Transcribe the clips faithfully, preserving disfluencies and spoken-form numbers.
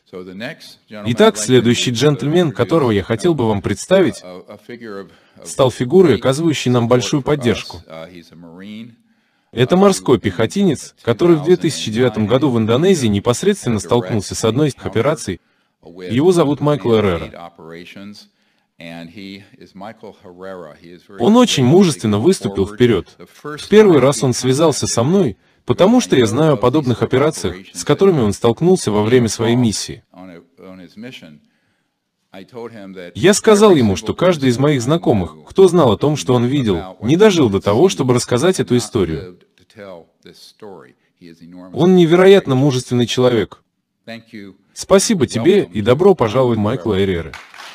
Итак, следующий джентльмен, которого я хотел бы вам представить, стал фигурой, оказывающей нам большую поддержку. Это морской пехотинец, который в две тысячи девятом году в Индонезии непосредственно столкнулся с одной из операций. Его зовут Майкл Эррера. Он очень мужественно выступил вперед. В первый раз он связался со мной, потому что я знаю о подобных операциях, с которыми он столкнулся во время своей миссии. Я сказал ему, что каждый из моих знакомых, кто знал о том, что он видел, не дожил до того, чтобы рассказать эту историю. Он невероятно мужественный человек. Спасибо тебе и добро пожаловать, Майкл Эррера.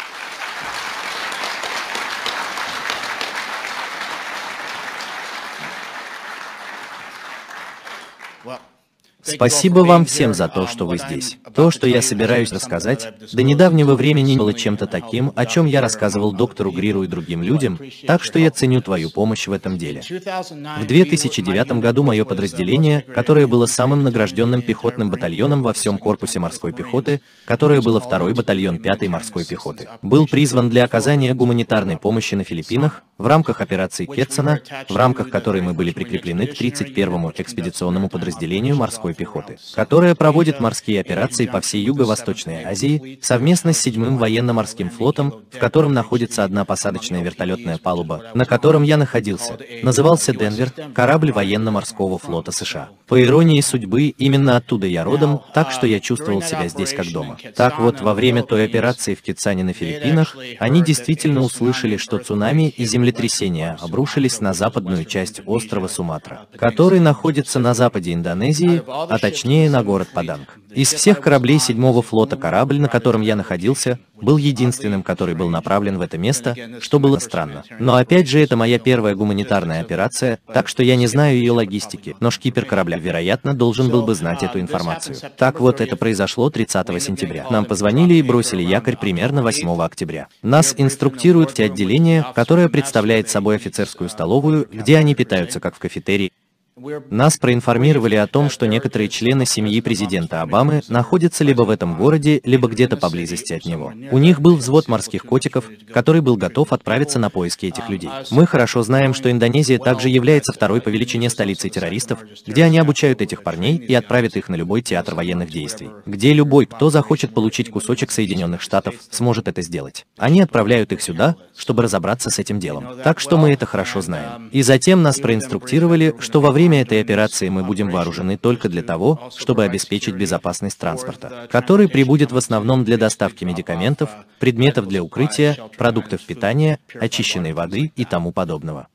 Спасибо вам всем за то, что вы здесь. То, что я собираюсь рассказать, до недавнего времени было чем-то таким, о чем я рассказывал доктору Гриру и другим людям, так что я ценю твою помощь в этом деле. В две тысячи девятом году мое подразделение, которое было самым награжденным пехотным батальоном во всем корпусе морской пехоты, которое было второй батальон пятой морской пехоты, был призван для оказания гуманитарной помощи на Филиппинах в рамках операции Кетсона, в рамках которой мы были прикреплены к тридцать первому экспедиционному подразделению морской пехоты, которая проводит морские операции по всей Юго-Восточной Азии совместно с седьмым военно-морским флотом, в котором находится одна посадочная вертолетная палуба, на котором я находился. Назывался «Денвер», корабль военно-морского флота США. По иронии судьбы, именно оттуда я родом, так что я чувствовал себя здесь как дома. Так вот, во время той операции в Кетсане на Филиппинах, они действительно услышали, что цунами и землетрясения обрушились на западную часть острова Суматра, который находится на западе Индонезии, а точнее на город Паданг. Из всех кораблей седьмого флота корабль, на котором я находился, был единственным, который был направлен в это место, что было странно. Но опять же, это моя первая гуманитарная операция, так что я не знаю ее логистики, но шкипер корабля, вероятно, должен был бы знать эту информацию. Так вот, это произошло тридцатого сентября. Нам позвонили и бросили якорь примерно восьмого октября. Нас инструктируют в те отделения, которое представляет собой офицерскую столовую, где они питаются как в кафетерии. Нас проинформировали о том, что некоторые члены семьи президента Обамы находятся либо в этом городе, либо где-то поблизости от него. У них был взвод морских котиков, который был готов отправиться на поиски этих людей. Мы хорошо знаем, что Индонезия также является второй по величине столицей террористов, где они обучают этих парней и отправят их на любой театр военных действий, где любой, кто захочет получить кусочек Соединенных Штатов, сможет это сделать. Они отправляют их сюда, чтобы разобраться с этим делом. Так что мы это хорошо знаем. И затем нас проинструктировали, что во время Во время этой операции мы будем вооружены только для того, чтобы обеспечить безопасность транспорта, который прибудет в основном для доставки медикаментов, предметов для укрытия, продуктов питания, очищенной воды и тому подобного.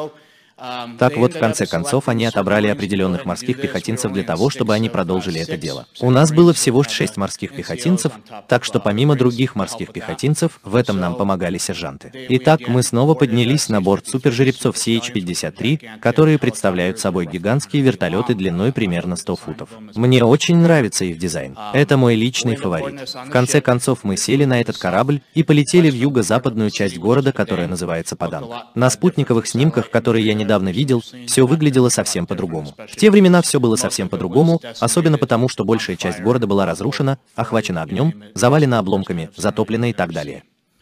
Так вот, в конце концов, они отобрали определенных морских пехотинцев для того, чтобы они продолжили это дело. У нас было всего шесть морских пехотинцев, так что помимо других морских пехотинцев, в этом нам помогали сержанты. Итак, мы снова поднялись на борт супержеребцов Си Эйч пятьдесят три, которые представляют собой гигантские вертолеты длиной примерно сто футов. Мне очень нравится их дизайн. Это мой личный фаворит. В конце концов, мы сели на этот корабль и полетели в юго-западную часть города, которая называется Паданг. На спутниковых снимках, которые я не недавно видел, все выглядело совсем по-другому. В те времена все было совсем по-другому, особенно потому, что большая часть города была разрушена, охвачена огнем, завалена обломками, затоплена и так далее.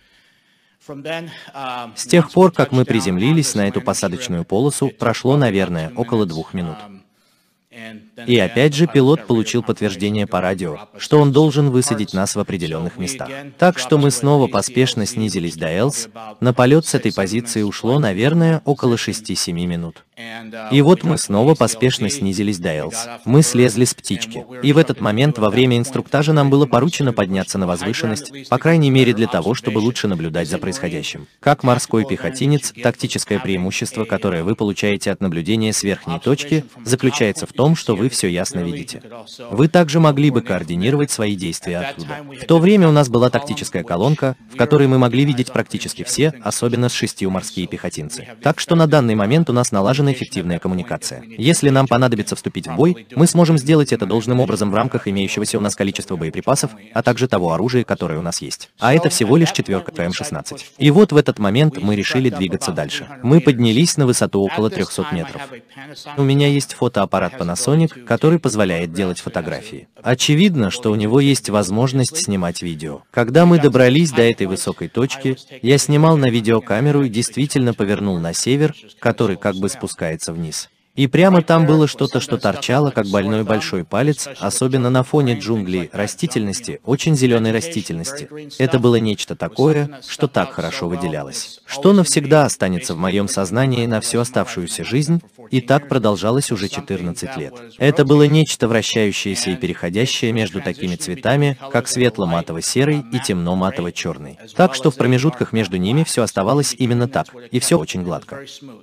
С тех пор, как мы приземлились на эту посадочную полосу, прошло, наверное, около двух минут. И опять же пилот получил подтверждение по радио, что он должен высадить нас в определенных местах. Так что мы снова поспешно снизились до Элс. На полет с этой позиции ушло, наверное, около шести-семи минут. И вот мы снова поспешно снизились до Элс. Мы слезли с птички. И в этот момент во время инструктажа нам было поручено подняться на возвышенность, по крайней мере для того, чтобы лучше наблюдать за происходящим. Как морской пехотинец, тактическое преимущество, которое вы получаете от наблюдения с верхней точки, заключается в том, что вы все ясно видите. Вы также могли бы координировать свои действия оттуда. В то время у нас была тактическая колонка, в которой мы могли видеть практически все, особенно с шестью морские пехотинцы. Так что на данный момент у нас налажена эффективная коммуникация. Если нам понадобится вступить в бой, мы сможем сделать это должным образом в рамках имеющегося у нас количества боеприпасов, а также того оружия, которое у нас есть. А это всего лишь четверка Эм шестнадцать. И вот в этот момент мы решили двигаться дальше. Мы поднялись на высоту около трёхсот метров. У меня есть фотоаппарат Panasonic, человек, который позволяет делать фотографии. Очевидно, что у него есть возможность снимать видео. Когда мы добрались до этой высокой точки, я снимал на видеокамеру и действительно повернул на север, который как бы спускается вниз. И прямо там было что-то, что торчало, как больной большой палец, особенно на фоне джунглей, растительности, очень зеленой растительности. Это было нечто такое, что так хорошо выделялось, что навсегда останется в моем сознании на всю оставшуюся жизнь, и так продолжалось уже четырнадцать лет. Это было нечто вращающееся и переходящее между такими цветами, как светло-матово-серый и темно-матово-черный. Так что в промежутках между ними все оставалось именно так, и все очень гладко.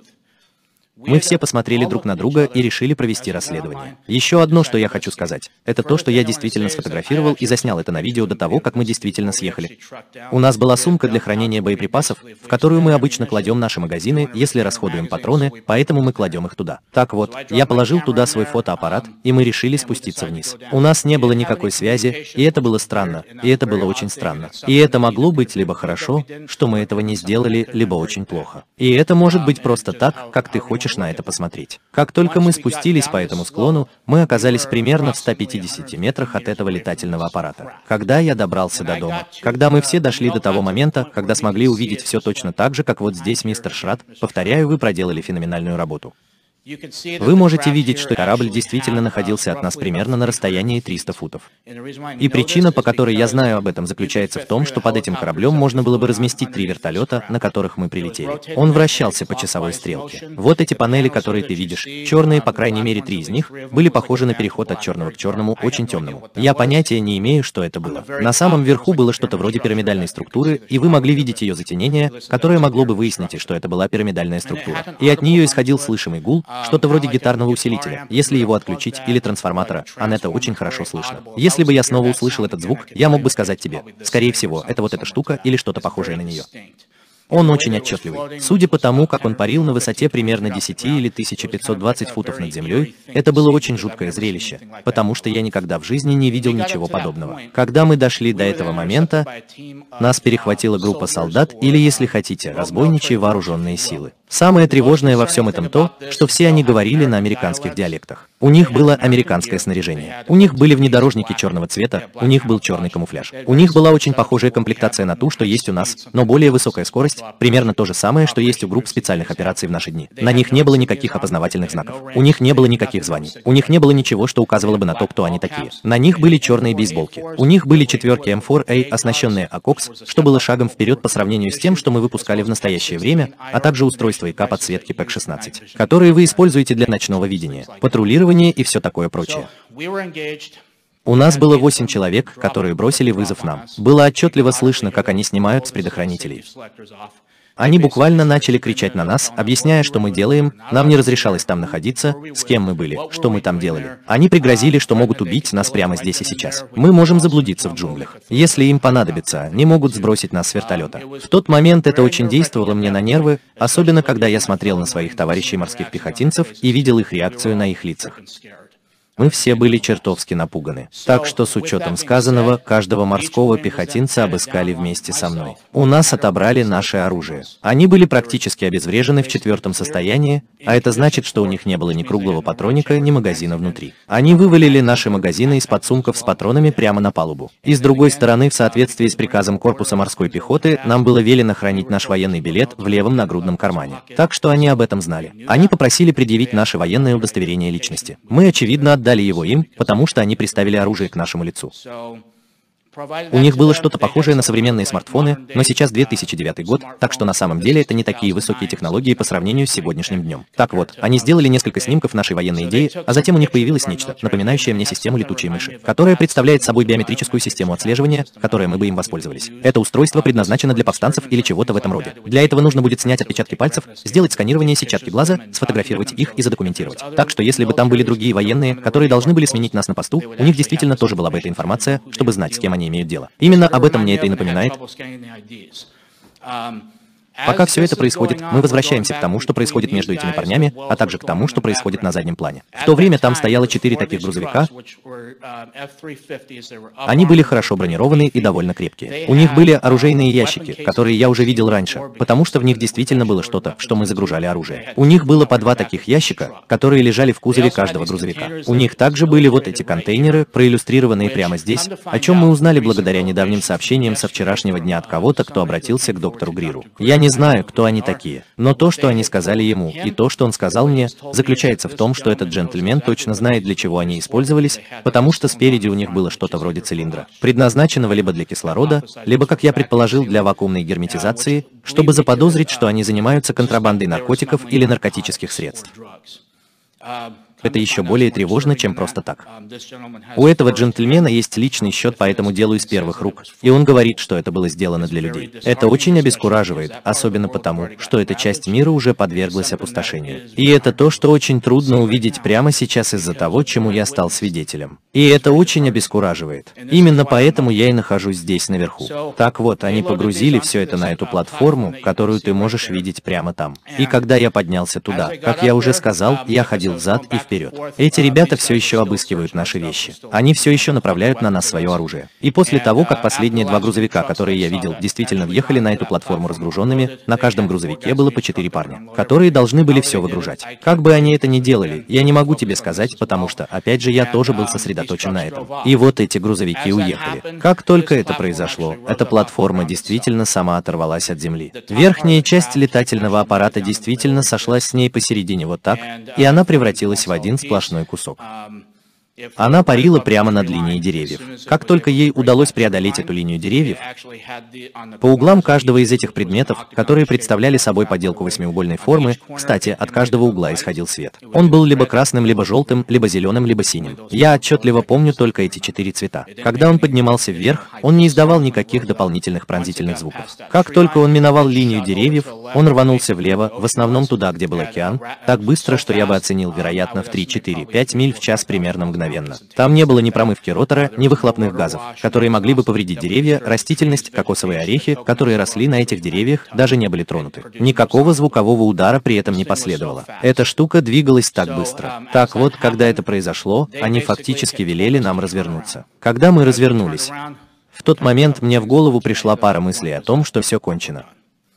Мы все посмотрели друг на друга и решили провести расследование. Еще одно, что я хочу сказать, это то, что я действительно сфотографировал и заснял это на видео до того, как мы действительно съехали. У нас была сумка для хранения боеприпасов, в которую мы обычно кладем наши магазины, если расходуем патроны, поэтому мы кладем их туда. Так вот, я положил туда свой фотоаппарат, и мы решили спуститься вниз. У нас не было никакой связи, и это было странно, и это было очень странно. И это могло быть либо хорошо, что мы этого не сделали, либо очень плохо. И это может быть просто так, как ты хочешь на это посмотреть. Как только мы спустились по этому склону, мы оказались примерно в ста пятидесяти метрах от этого летательного аппарата. Когда я добрался до дома, когда мы все дошли до того момента, когда смогли увидеть все точно так же, как вот здесь мистер Шрат, повторяю, вы проделали феноменальную работу. Вы можете видеть, что корабль действительно находился от нас примерно на расстоянии триста футов. И причина, по которой я знаю об этом, заключается в том, что под этим кораблем можно было бы разместить три вертолета, на которых мы прилетели. Он вращался по часовой стрелке. Вот эти панели, которые ты видишь, черные, по крайней мере три из них, были похожи на переход от черного к черному, очень темному. Я понятия не имею, что это было. На самом верху было что-то вроде пирамидальной структуры, и вы могли видеть ее затенение, которое могло бы выяснить, что это была пирамидальная структура. И от нее исходил слышимый гул, что-то вроде гитарного усилителя. Если его отключить, или трансформатора, а это очень хорошо слышно. Если бы я снова услышал этот звук, я мог бы сказать тебе, скорее всего, это вот эта штука или что-то похожее на нее. Он очень отчетливый. Судя по тому, как он парил на высоте примерно десяти или тысяча пятьсот двадцать футов над землей, это было очень жуткое зрелище, потому что я никогда в жизни не видел ничего подобного. Когда мы дошли до этого момента, нас перехватила группа солдат или, если хотите, разбойничьи вооруженные силы. Самое тревожное во всем этом то, что все они говорили на американских диалектах. У них было американское снаряжение. У них были внедорожники черного цвета, у них был черный камуфляж. У них была очень похожая комплектация на ту, что есть у нас, но более высокая скорость, примерно то же самое, что есть у групп специальных операций в наши дни. На них не было никаких опознавательных знаков. У них не было никаких званий. У них не было ничего, что указывало бы на то, кто они такие. На них были черные бейсболки. У них были четверки эм четыре эй, оснащенные АКОКС, что было шагом вперед по сравнению с тем, что мы выпускали в настоящее время, а также устройства ИК подсветки пэк шестнадцать, которые вы используете для ночного видения, патрулирования и все такое прочее. У нас было восемь человек, которые бросили вызов нам. Было отчетливо слышно, как они снимают с предохранителей. Они буквально начали кричать на нас, объясняя, что мы делаем, нам не разрешалось там находиться, с кем мы были, что мы там делали. Они пригрозили, что могут убить нас прямо здесь и сейчас. Мы можем заблудиться в джунглях. Если им понадобится, они могут сбросить нас с вертолета. В тот момент это очень действовало мне на нервы, особенно когда я смотрел на своих товарищей морских пехотинцев и видел их реакцию на их лицах. Мы все были чертовски напуганы. Так что с учетом сказанного, каждого морского пехотинца обыскали вместе со мной. У нас отобрали наше оружие. Они были практически обезврежены в четвертом состоянии, а это значит, что у них не было ни круглого патронника, ни магазина внутри. Они вывалили наши магазины из подсумков с патронами прямо на палубу. И с другой стороны, в соответствии с приказом корпуса морской пехоты, нам было велено хранить наш военный билет в левом нагрудном кармане. Так что они об этом знали. Они попросили предъявить наше военное удостоверение личности. Мы, очевидно, отдали его им, потому что они приставили оружие к нашему лицу. У них было что-то похожее на современные смартфоны, но сейчас две тысячи девятый год, так что на самом деле это не такие высокие технологии по сравнению с сегодняшним днем. Так вот, они сделали несколько снимков нашей военной идеи, а затем у них появилось нечто, напоминающее мне систему летучей мыши, которая представляет собой биометрическую систему отслеживания, которой мы бы им воспользовались. Это устройство предназначено для повстанцев или чего-то в этом роде. Для этого нужно будет снять отпечатки пальцев, сделать сканирование сетчатки глаза, сфотографировать их и задокументировать. Так что если бы там были другие военные, которые должны были сменить нас на посту, у них действительно тоже была бы эта информация, чтобы знать, с кем они имеют дело. Именно об этом мне это и напоминает. Пока все это происходит, мы возвращаемся к тому, что происходит между этими парнями, а также к тому, что происходит на заднем плане. В то время там стояло четыре таких грузовика. Они были хорошо бронированы и довольно крепкие. У них были оружейные ящики, которые я уже видел раньше, потому что в них действительно было что-то, что мы загружали оружие. У них было по два таких ящика, которые лежали в кузове каждого грузовика. У них также были вот эти контейнеры, проиллюстрированные прямо здесь, о чем мы узнали благодаря недавним сообщениям со вчерашнего дня от кого-то, кто обратился к доктору Гриру. Я не знаю, кто они такие, но то, что они сказали ему, и то, что он сказал мне, заключается в том, что этот джентльмен точно знает, для чего они использовались, потому что спереди у них было что-то вроде цилиндра, предназначенного либо для кислорода, либо, как я предположил, для вакуумной герметизации, чтобы заподозрить, что они занимаются контрабандой наркотиков или наркотических средств. Это еще более тревожно, чем просто так. У этого джентльмена есть личный счет по этому делу из первых рук, и он говорит, что это было сделано для людей. Это очень обескураживает, особенно потому, что эта часть мира уже подверглась опустошению. И это то, что очень трудно увидеть прямо сейчас из-за того, чему я стал свидетелем. И это очень обескураживает. Именно поэтому я и нахожусь здесь наверху. Так вот, они погрузили все это на эту платформу, которую ты можешь видеть прямо там. И когда я поднялся туда, как я уже сказал, я ходил взад и вперед. Эти ребята все еще обыскивают наши вещи. Они все еще направляют на нас свое оружие. И после того, как последние два грузовика, которые я видел, действительно въехали на эту платформу разгруженными, на каждом грузовике было по четыре парня, которые должны были все выгружать. Как бы они это ни делали, я не могу тебе сказать, потому что, опять же, я тоже был сосредоточен на этом. И вот эти грузовики уехали. Как только это произошло, эта платформа действительно сама оторвалась от земли. Верхняя часть летательного аппарата действительно сошлась с ней посередине вот так, и она превратилась в один сплошной кусок. Она парила прямо над линией деревьев. Как только ей удалось преодолеть эту линию деревьев, по углам каждого из этих предметов, которые представляли собой поделку восьмиугольной формы, кстати, от каждого угла исходил свет. Он был либо красным, либо желтым, либо зеленым, либо синим. Я отчетливо помню только эти четыре цвета. Когда он поднимался вверх, он не издавал никаких дополнительных пронзительных звуков. Как только он миновал линию деревьев, он рванулся влево, в основном туда, где был океан, так быстро, что я бы оценил, вероятно, в три-четыре-пять миль в час примерно мгновенно. Там не было ни промывки ротора, ни выхлопных газов, которые могли бы повредить деревья, растительность, кокосовые орехи, которые росли на этих деревьях, даже не были тронуты. Никакого звукового удара при этом не последовало. Эта штука двигалась так быстро. Так вот, когда это произошло, они фактически велели нам развернуться. Когда мы развернулись, в тот момент мне в голову пришла пара мыслей о том, что все кончено.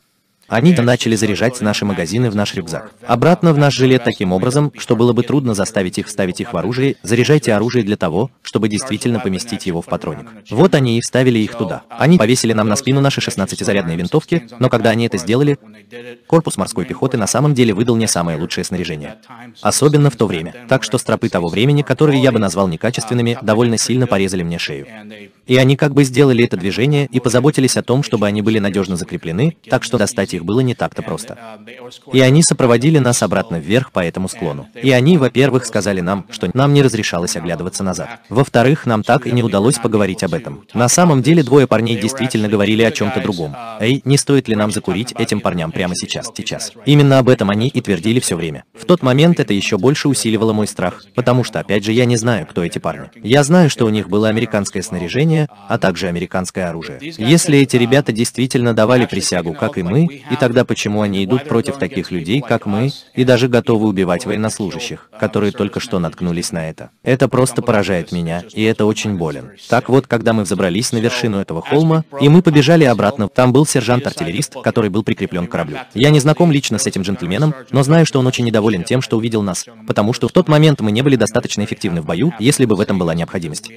Они начали заряжать наши магазины в наш рюкзак. Обратно в наш жилет таким образом, что было бы трудно заставить их вставить их в оружие. Заряжайте оружие для того, чтобы действительно поместить его в патроник. Вот они и вставили их туда. Они повесили нам на спину наши шестнадцатизарядные винтовки, но когда они это сделали, корпус морской пехоты на самом деле выдал мне самое лучшее снаряжение. Особенно в то время. Так что стропы того времени, которые я бы назвал некачественными, довольно сильно порезали мне шею. И они как бы сделали это движение и позаботились о том, чтобы они были надежно закреплены, так что достать их было не так-то просто. И они сопроводили нас обратно вверх по этому склону. И они, во-первых, сказали нам, что нам не разрешалось оглядываться назад. Во-вторых, нам так и не удалось поговорить об этом. На самом деле двое парней действительно говорили о чем-то другом. Эй, не стоит ли нам закурить этим парням прямо сейчас, сейчас? Именно об этом они и твердили все время. В тот момент это еще больше усиливало мой страх, потому что, опять же, я не знаю, кто эти парни. Я знаю, что у них было американское снаряжение, а также американское оружие. Если эти ребята действительно давали присягу, как и мы, и тогда почему они идут против таких людей, как мы, и даже готовы убивать военнослужащих, которые только что наткнулись на это? Это просто поражает меня, и это очень болен. Так вот, когда мы взобрались на вершину этого холма, и мы побежали обратно, там был сержант-артиллерист, который был прикреплен к кораблю. Я не знаком лично с этим джентльменом, но знаю, что он очень недоволен тем, что увидел нас, потому что в тот момент мы не были достаточно эффективны в бою, если бы в этом была необходимость.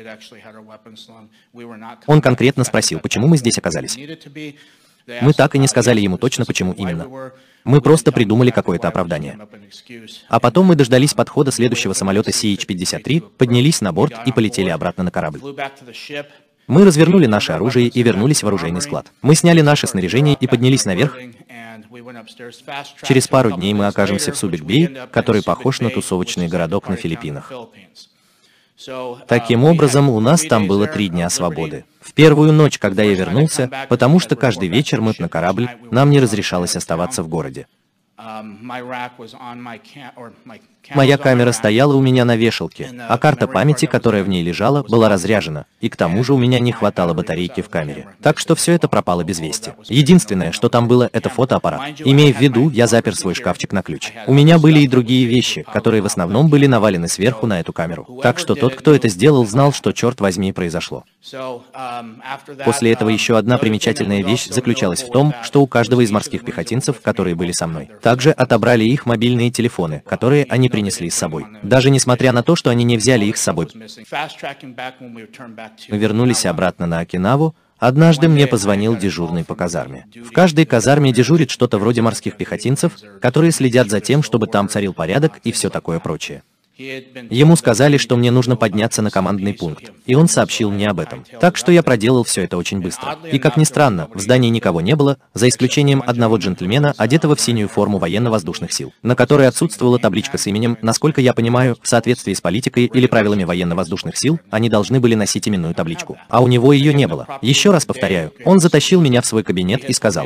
Он конкретно спросил, почему мы здесь оказались. Мы так и не сказали ему точно, почему именно. Мы просто придумали какое-то оправдание. А потом мы дождались подхода следующего самолета Си Эйч пятьдесят три, поднялись на борт и полетели обратно на корабль. Мы развернули наше оружие и вернулись в оружейный склад. Мы сняли наше снаряжение и поднялись наверх. Через пару дней мы окажемся в Субик-Бей, который похож на тусовочный городок на Филиппинах. Таким образом, у нас там было три дня свободы. В первую ночь, когда я вернулся, потому что каждый вечер мы на корабль, нам не разрешалось оставаться в городе. Моя камера стояла у меня на вешалке, а карта памяти, которая в ней лежала, была разряжена, и к тому же у меня не хватало батарейки в камере. Так что все это пропало без вести. Единственное, что там было, это фотоаппарат. Имея в виду, я запер свой шкафчик на ключ. У меня были и другие вещи, которые в основном были навалены сверху на эту камеру. Так что тот, кто это сделал, знал, что, черт возьми, произошло. После этого еще одна примечательная вещь заключалась в том, что у каждого из морских пехотинцев, которые были со мной, также отобрали их мобильные телефоны, которые они принесли с собой. Даже несмотря на то, что они не взяли их с собой. Мы вернулись обратно на Окинаву. Однажды мне позвонил дежурный по казарме. В каждой казарме дежурит что-то вроде морских пехотинцев, которые следят за тем, чтобы там царил порядок и все такое прочее. Ему сказали, что мне нужно подняться на командный пункт, и он сообщил мне об этом. Так что я проделал все это очень быстро. И как ни странно, в здании никого не было, за исключением одного джентльмена, одетого в синюю форму военно-воздушных сил, на которой отсутствовала табличка с именем. Насколько я понимаю, в соответствии с политикой или правилами военно-воздушных сил, они должны были носить именную табличку. А у него ее не было. Еще раз повторяю, он затащил меня в свой кабинет и сказал: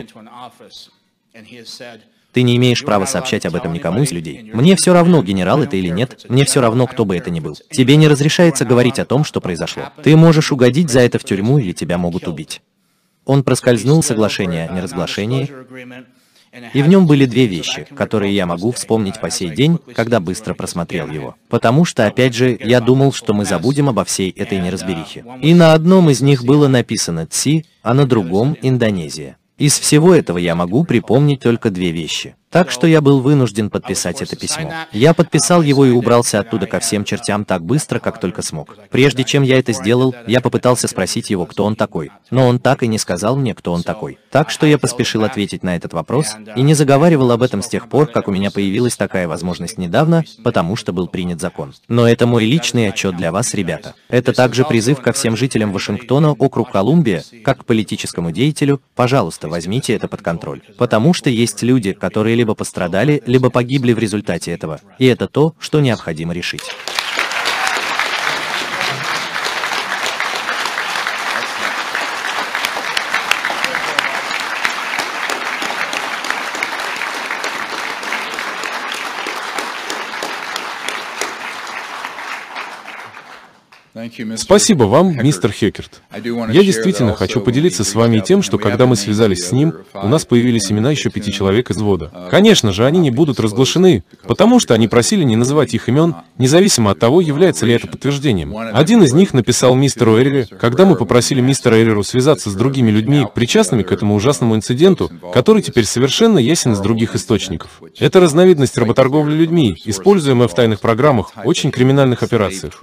«Ты не имеешь права сообщать об этом никому из людей. Мне все равно, генерал это или нет, мне все равно, кто бы это ни был. Тебе не разрешается говорить о том, что произошло. Ты можешь угодить за это в тюрьму или тебя могут убить». Он проскользнул соглашение о неразглашении, и в нем были две вещи, которые я могу вспомнить по сей день, когда быстро просмотрел его. Потому что, опять же, я думал, что мы забудем обо всей этой неразберихе. И на одном из них было написано «Ци», а на другом «Индонезия». Из всего этого я могу припомнить только две вещи. Так что я был вынужден подписать это письмо. Я подписал его и убрался оттуда ко всем чертям так быстро, как только смог. Прежде чем я это сделал, я попытался спросить его, кто он такой. Но он так и не сказал мне, кто он такой. Так что я поспешил ответить на этот вопрос и не заговаривал об этом с тех пор, как у меня появилась такая возможность недавно, потому что был принят закон. Но это мой личный отчет для вас, ребята. Это также призыв ко всем жителям Вашингтона, округ Колумбия, как к политическому деятелю: пожалуйста, возьмите это под контроль. Потому что есть люди, которые либо пострадали, либо погибли в результате этого. И это то, что необходимо решить. Спасибо вам, мистер Хекерт. Я действительно хочу поделиться с вами тем, что когда мы связались с ним, у нас появились имена еще пяти человек из взвода. Конечно же, они не будут разглашены, потому что они просили не называть их имен, независимо от того, является ли это подтверждением. Один из них написал мистеру Эрери, когда мы попросили мистера Эреру связаться с другими людьми, причастными к этому ужасному инциденту, который теперь совершенно ясен из других источников. Это разновидность работорговли людьми, используемая в тайных программах, очень криминальных операциях.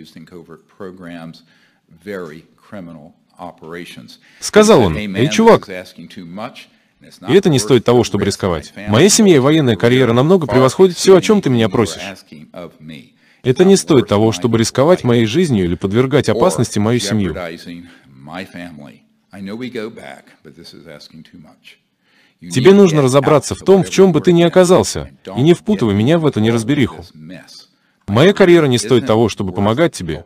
Сказал он: «Эй, чувак, и это не стоит того, чтобы рисковать. Моя семья и военная карьера намного превосходят все, о чем ты меня просишь. Это не стоит того, чтобы рисковать моей жизнью или подвергать опасности мою семью». Тебе нужно разобраться в том, в чем бы ты ни оказался, и не впутывай меня в эту неразбериху. Моя карьера не стоит того, чтобы помогать тебе.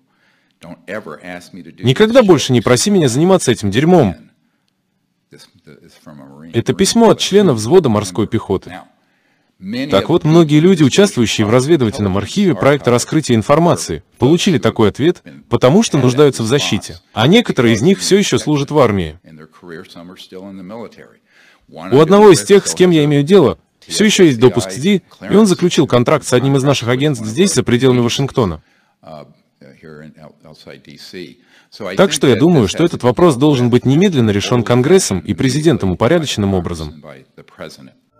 Никогда больше не проси меня заниматься этим дерьмом. Это письмо от члена взвода морской пехоты. Так вот, многие люди, участвующие в разведывательном архиве проекта раскрытия информации, получили такой ответ, потому что нуждаются в защите. А некоторые из них все еще служат в армии. У одного из тех, с кем я имею дело, все еще есть допуск с Ди, и он заключил контракт с одним из наших агентств здесь, за пределами Вашингтона. Так что я думаю, что этот вопрос должен быть немедленно решен Конгрессом и президентом упорядоченным образом.